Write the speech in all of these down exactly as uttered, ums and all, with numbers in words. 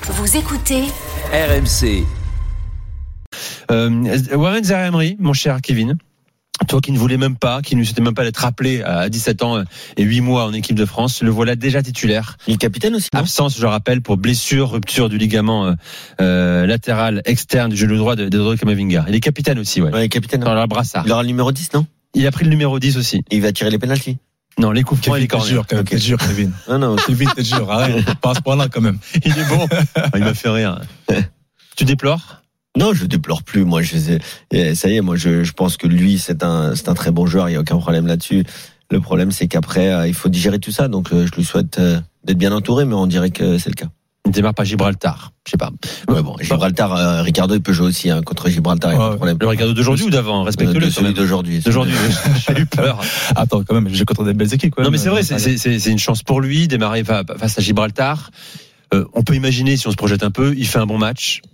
Vous écoutez R M C. Euh, Warren Zaïre-Emery, mon cher Kevin, toi qui ne voulais même pas, qui ne souhaitait même pas d'être appelé à dix-sept ans et huit mois en équipe de France, le voilà déjà titulaire. Il est capitaine aussi, non ? Absence, je rappelle, pour blessure, rupture du ligament euh, latéral externe du genou droit de Dodoro Camavinga. Il est capitaine aussi, ouais. Ouais, capitaine. Dans le brassard. Il aura le numéro dix, non ? Il a pris le numéro dix aussi. Et il va tirer les pénaltys. Non, les coups francs et les Kevin, t'es corners. dur, quand même, t'es dur, Kevin. Non, non. Kevin, t'es dur, arrête. Pas à ce point-là, quand même. Il est bon. Il m'a fait rire. Tu déplores ? Non, je déplore plus. Moi, je sais, ça y est, moi, je, je pense que lui, c'est un, c'est un très bon joueur. Il y a aucun problème là-dessus. Le problème, c'est qu'après, euh, il faut digérer tout ça. Donc, euh, je lui souhaite euh, d'être bien entouré, mais on dirait que c'est le cas. Il ne démarre pas Gibraltar. Je sais pas. Ouais, bon, Gibraltar, euh, Ricardo, il peut jouer aussi hein, contre Gibraltar. Il n'y a pas de problème. Le Ricardo d'aujourd'hui ou d'avant ? Respecte-le. De celui d'aujourd'hui. D'aujourd'hui. J'ai eu peur. Attends, quand même, j'ai contre des belles équipes, quand même. Non, mais c'est vrai, c'est, c'est, c'est une chance pour lui, démarrer face à Gibraltar. Euh, on peut imaginer, si on se projette un peu, il fait un bon match.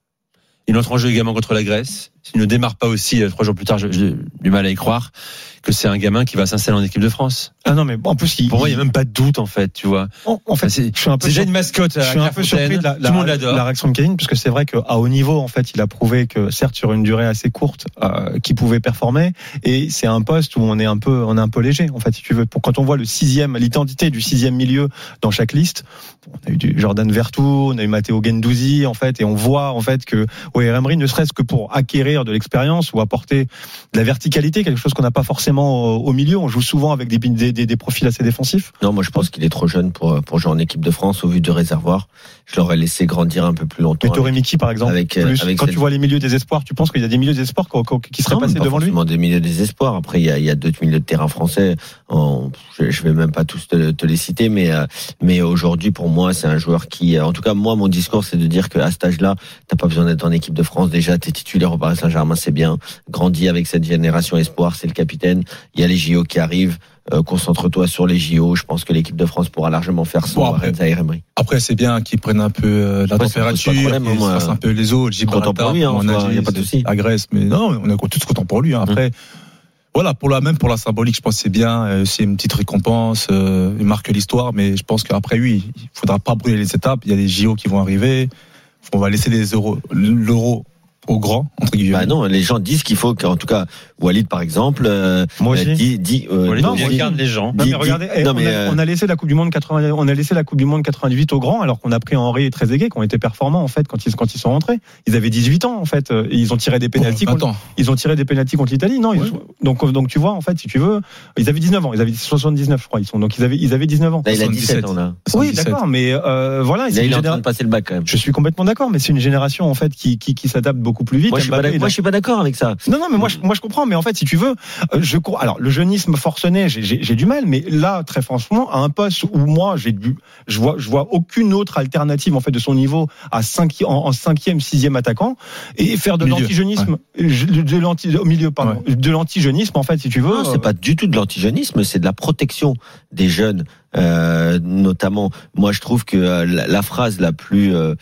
Il entre en jeu également contre la Grèce. S'il ne démarre pas aussi, euh, trois jours plus tard, j'ai du mal à y croire que c'est un gamin qui va s'installer en équipe de France. Ah non, mais en plus, il, pour moi, il n'y a même pas de doute, en fait, tu vois. En, en fait, c'est, je suis un peu c'est déjà sur... une mascotte. Je suis un peu surpris de la, la, tout le monde l'adore. La réaction de Kevin, parce que c'est vrai qu'à haut niveau, en fait, il a prouvé que, certes, sur une durée assez courte, euh, qu'il pouvait performer. Et c'est un poste où on est un peu, on est un peu léger, en fait, si tu veux. Pour quand on voit le sixième, l'identité du sixième milieu dans chaque liste, on a eu du Jordan Vertu, on a eu Matteo Guendouzi, en fait, et on voit, en fait, que Zaïre-Emery, ne serait-ce que pour acquérir de l'expérience ou apporter de la verticalité, quelque chose qu'on n'a pas forcément au milieu. On joue souvent avec des, des, des, des profils assez défensifs. Non, moi je pense qu'il est trop jeune pour, pour jouer en équipe de France au vu du réservoir. Je l'aurais laissé grandir un peu plus longtemps. Mais Torre Miki, par exemple, avec, plus, avec quand cette... tu vois les milieux des espoirs, tu penses qu'il y a des milieux des espoirs qui seraient non, passés devant lui ? Des milieux des espoirs. Après, il y a, il y a d'autres milieux de terrain français. En, je, je vais même pas tous te, te les citer, mais, mais aujourd'hui, pour moi, c'est un joueur qui, en tout cas, moi, mon discours, c'est de dire qu'à cet âge-là, t'as pas besoin d'être en équipe de France. Déjà, t'es titulaire au Paris Saint-Germain, c'est bien. Grandis avec cette génération espoir, c'est le capitaine. Il y a les J O qui arrivent. Euh, concentre-toi sur les J O. Je pense que l'équipe de France pourra largement faire son bon, Zaïre-Emery. Après, c'est bien qu'ils prennent un peu euh, la ouais, température, qu'ils fassent un peu les eaux. Gibraltar, pour lui, hein, on a dit, y a pas de souci. La Grèce, mais non, on est tous contents pour lui. Hein. Après, mmh. voilà, pour la même pour la symbolique, je pense que c'est bien. Euh, c'est une petite récompense, euh, il marque l'histoire, mais je pense qu'après lui, il faudra pas brûler les étapes. Il y a les J O qui vont arriver. On va laisser les euros, l'euro. Au grand, entre guillemets. Bah non, les gens disent qu'il faut qu'en tout cas, Walid par exemple, euh, moi aussi. dit, dit, euh, Walid, non, on regarde les gens. Non, mais regardez, dit, non, mais on, a, euh... on a laissé la Coupe du Monde quatre-vingts, on a laissé la Coupe du Monde quatre-vingt-dix au grand, alors qu'on a pris Henry et Trezeguet qui ont été performants en fait quand ils quand ils sont rentrés. Ils avaient dix-huit ans en fait, et ils ont tiré des pénaltys. Oh, contre, ils ont tiré des pénaltys contre l'Italie, non ouais. ils, donc donc tu vois en fait si tu veux, ils avaient dix-neuf ans, ils avaient soixante-dix-neuf je crois, ils sont donc ils avaient ils avaient dix-neuf ans. Là, il a dix-sept ans là. Oui, d'accord, mais euh, voilà. Là, il est en train de passer le bac quand même. Je suis complètement d'accord, mais c'est une génération en fait qui qui qui s'adapte beaucoup plus vite. Moi, je suis pas d'accord avec ça. Non, non, mais moi, je, moi, je comprends. Mais en fait, si tu veux, je alors le jeunisme forcené, j'ai, j'ai, j'ai du mal. Mais là, très franchement, à un poste où moi, j'ai dû, je vois, je vois aucune autre alternative en fait de son niveau à cinq, en, en cinquième, sixième attaquant et faire de milieu. l'antijeunisme, ouais. de, de l'anti, au milieu, pardon, ouais. de l'antijeunisme en fait, si tu veux. Non, c'est euh... pas du tout de l'antijeunisme, c'est de la protection des jeunes, euh, notamment. Moi, je trouve que euh, la, la phrase la plus euh,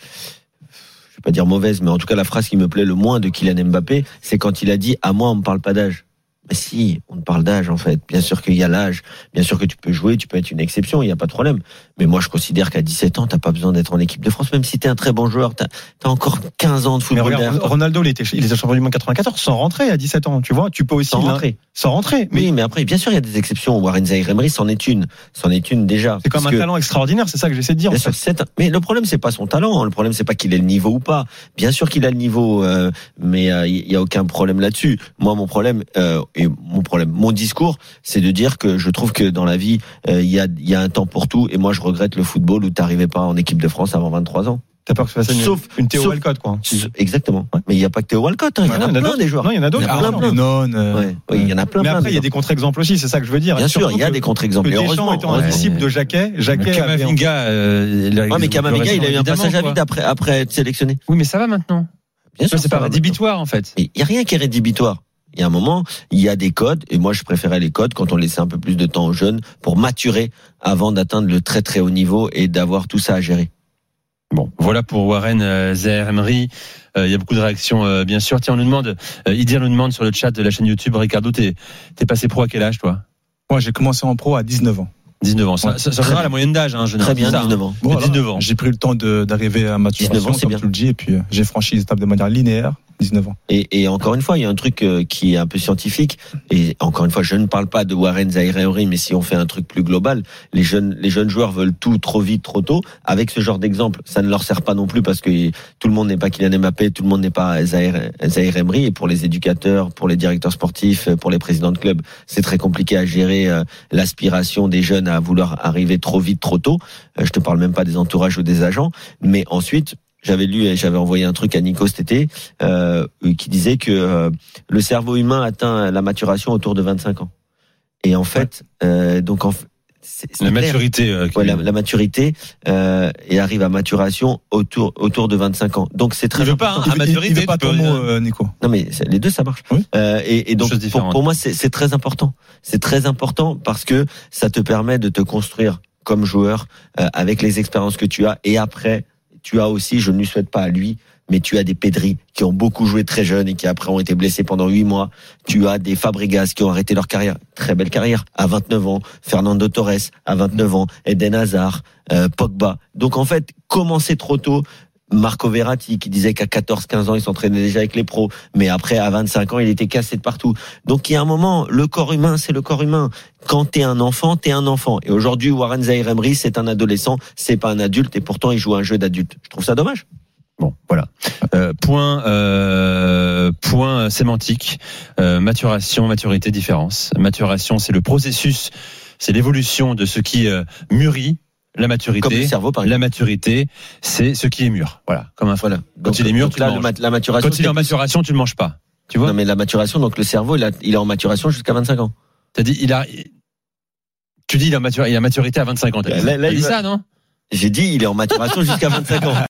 je vais pas dire mauvaise, mais en tout cas la phrase qui me plaît le moins de Kylian Mbappé, c'est quand il a dit « à moi on me parle pas d'âge ». Mais si, on parle d'âge en fait. Bien sûr qu'il y a l'âge, bien sûr que tu peux jouer, tu peux être une exception, il n'y a pas de problème. Mais moi je considère qu'à dix-sept ans, t'as pas besoin d'être en équipe de France, même si t'es un très bon joueur, t'as, t'as encore quinze ans de football. Mais regarde, Ronaldo, il était, il était champion du monde quatre-vingt-quatorze sans rentrer à dix-sept ans, tu vois. Tu peux aussi sans rentrer, sans rentrer. Mais... Oui, mais après, bien sûr, il y a des exceptions. Warren Zaïre-Emery, c'en est une, c'en est une déjà. C'est comme un que... talent extraordinaire, c'est ça que j'essaie de dire. Bien en sûr, fait. c'est... Mais le problème, c'est pas son talent. Le problème, c'est pas qu'il ait le niveau ou pas. Bien sûr qu'il a le niveau, euh, mais il euh, y a aucun problème là-dessus. Moi, mon problème, euh, et mon problème. Mon discours, c'est de dire que je trouve que dans la vie, il euh, y a, y a un temps pour tout. Et moi, je regrette le football où t'arrivais pas en équipe de France avant vingt-trois ans. T'as peur que ça fasse une, sauf, une Théo sauf, Walcott, quoi. Exactement. Ouais. Mais il n'y a pas que Théo Walcott. Hein. Il y, y en a, a plein des joueurs. Non, il y en a d'autres. Il y en a plein, plein. Non, euh... ouais. Oui, il y en a plein. Mais plein, après, il y a des contre-exemples aussi. C'est ça que je veux dire. Bien sûr, il y a des contre-exemples. Et heureusement, étant un disciple de Jacquet, Jacquet. Camavinga. Euh, ouais, mais Camavinga, il a eu un passage à vide après, après être sélectionné. Oui, mais ça va maintenant. Bien sûr, c'est pas rédhibitoire en fait. Il y a rien qui est rédhibitoire. Il y a un moment, il y a des codes, et moi je préférais les codes quand on laissait un peu plus de temps aux jeunes pour maturer avant d'atteindre le très très haut niveau et d'avoir tout ça à gérer. Bon, voilà pour Warren euh, Zaïre-Emery. Euh, il y a beaucoup de réactions, euh, bien sûr. Tiens, on nous demande, euh, Idir nous demande sur le chat de la chaîne YouTube, Ricardo, t'es, t'es passé pro à quel âge, toi ? Moi, j'ai commencé en pro à dix-neuf ans. dix-neuf ans. Ça, Ouais. ça, ça sera la moyenne d'âge, hein, jeune Très bien, ça, dix-neuf ans. Voilà. dix-neuf ans. J'ai pris le temps de, d'arriver à maturation, dix-neuf ans, c'est comme bien. tu le dis, et puis euh, j'ai franchi les étapes de manière linéaire. dix-neuf ans. Et, et encore une fois, il y a un truc euh, qui est un peu scientifique. Et encore une fois, je ne parle pas de Warren Zaïre Emery, mais si on fait un truc plus global, les jeunes, les jeunes joueurs veulent tout trop vite, trop tôt. Avec ce genre d'exemple, ça ne leur sert pas non plus parce que tout le monde n'est pas Kylian Mbappé, tout le monde n'est pas Zaïre, Zaïre Emery. Et pour les éducateurs, pour les directeurs sportifs, pour les présidents de clubs, c'est très compliqué à gérer euh, l'aspiration des jeunes à vouloir arriver trop vite, trop tôt. Euh, je te parle même pas des entourages ou des agents. Mais ensuite, j'avais lu et j'avais envoyé un truc à Nico cet été euh, qui disait que euh, le cerveau humain atteint la maturation autour de vingt-cinq ans. Et en fait, euh, donc en fait, c'est, c'est La clair. maturité. euh, qui- Ouais, la, la maturité euh, et arrive à maturation autour autour de vingt-cinq ans. Donc c'est très Il veut pas, important. hein, à Il- il- maturité, il veut pas tu ton peux- mot, euh, Nico. Non mais c'est- les deux ça marche. Oui. Euh, et, et donc Choses pour, différentes. pour moi c'est, c'est très important. C'est très important parce que ça te permet de te construire comme joueur euh, avec les expériences que tu as. Et après, tu as aussi, je ne lui souhaite pas à lui, mais tu as des Pedri qui ont beaucoup joué très jeunes et qui après ont été blessés pendant huit mois. Tu as des Fabregas qui ont arrêté leur carrière, très belle carrière, à vingt-neuf ans. Fernando Torres à vingt-neuf ans. Eden Hazard, euh, Pogba. Donc en fait, commencer trop tôt. Marco Verratti qui disait qu'à quatorze quinze ans il s'entraînait déjà avec les pros, mais après à vingt-cinq ans il était cassé de partout. Donc il y a un moment, le corps humain c'est le corps humain. Quand t'es un enfant, t'es un enfant. Et aujourd'hui Warren Zaïre Emery c'est un adolescent, c'est pas un adulte et pourtant il joue un jeu d'adulte. Je trouve ça dommage. Bon, voilà. Euh, point, euh, point sémantique. Euh, maturation, maturité, différence. Maturation, c'est le processus, c'est l'évolution de ce qui euh, mûrit. La maturité, Comme le cerveau par exemple. la maturité, c'est ce qui est mûr. Voilà, comme un fruit. Voilà. Quand il est mûr, donc tu là, le le manges. mat- la maturation. Quand il est en c'est- maturation, tu le manges pas. Tu vois? Non mais la maturation, donc le cerveau il, a- il est en maturation jusqu'à vingt-cinq ans. T'as dit, il a, tu dis, il a maturité, il a maturité à vingt-cinq ans. T'as dit, Là, là, t'as il dit va- ça, non? J'ai dit il est en maturation jusqu'à vingt-cinq ans.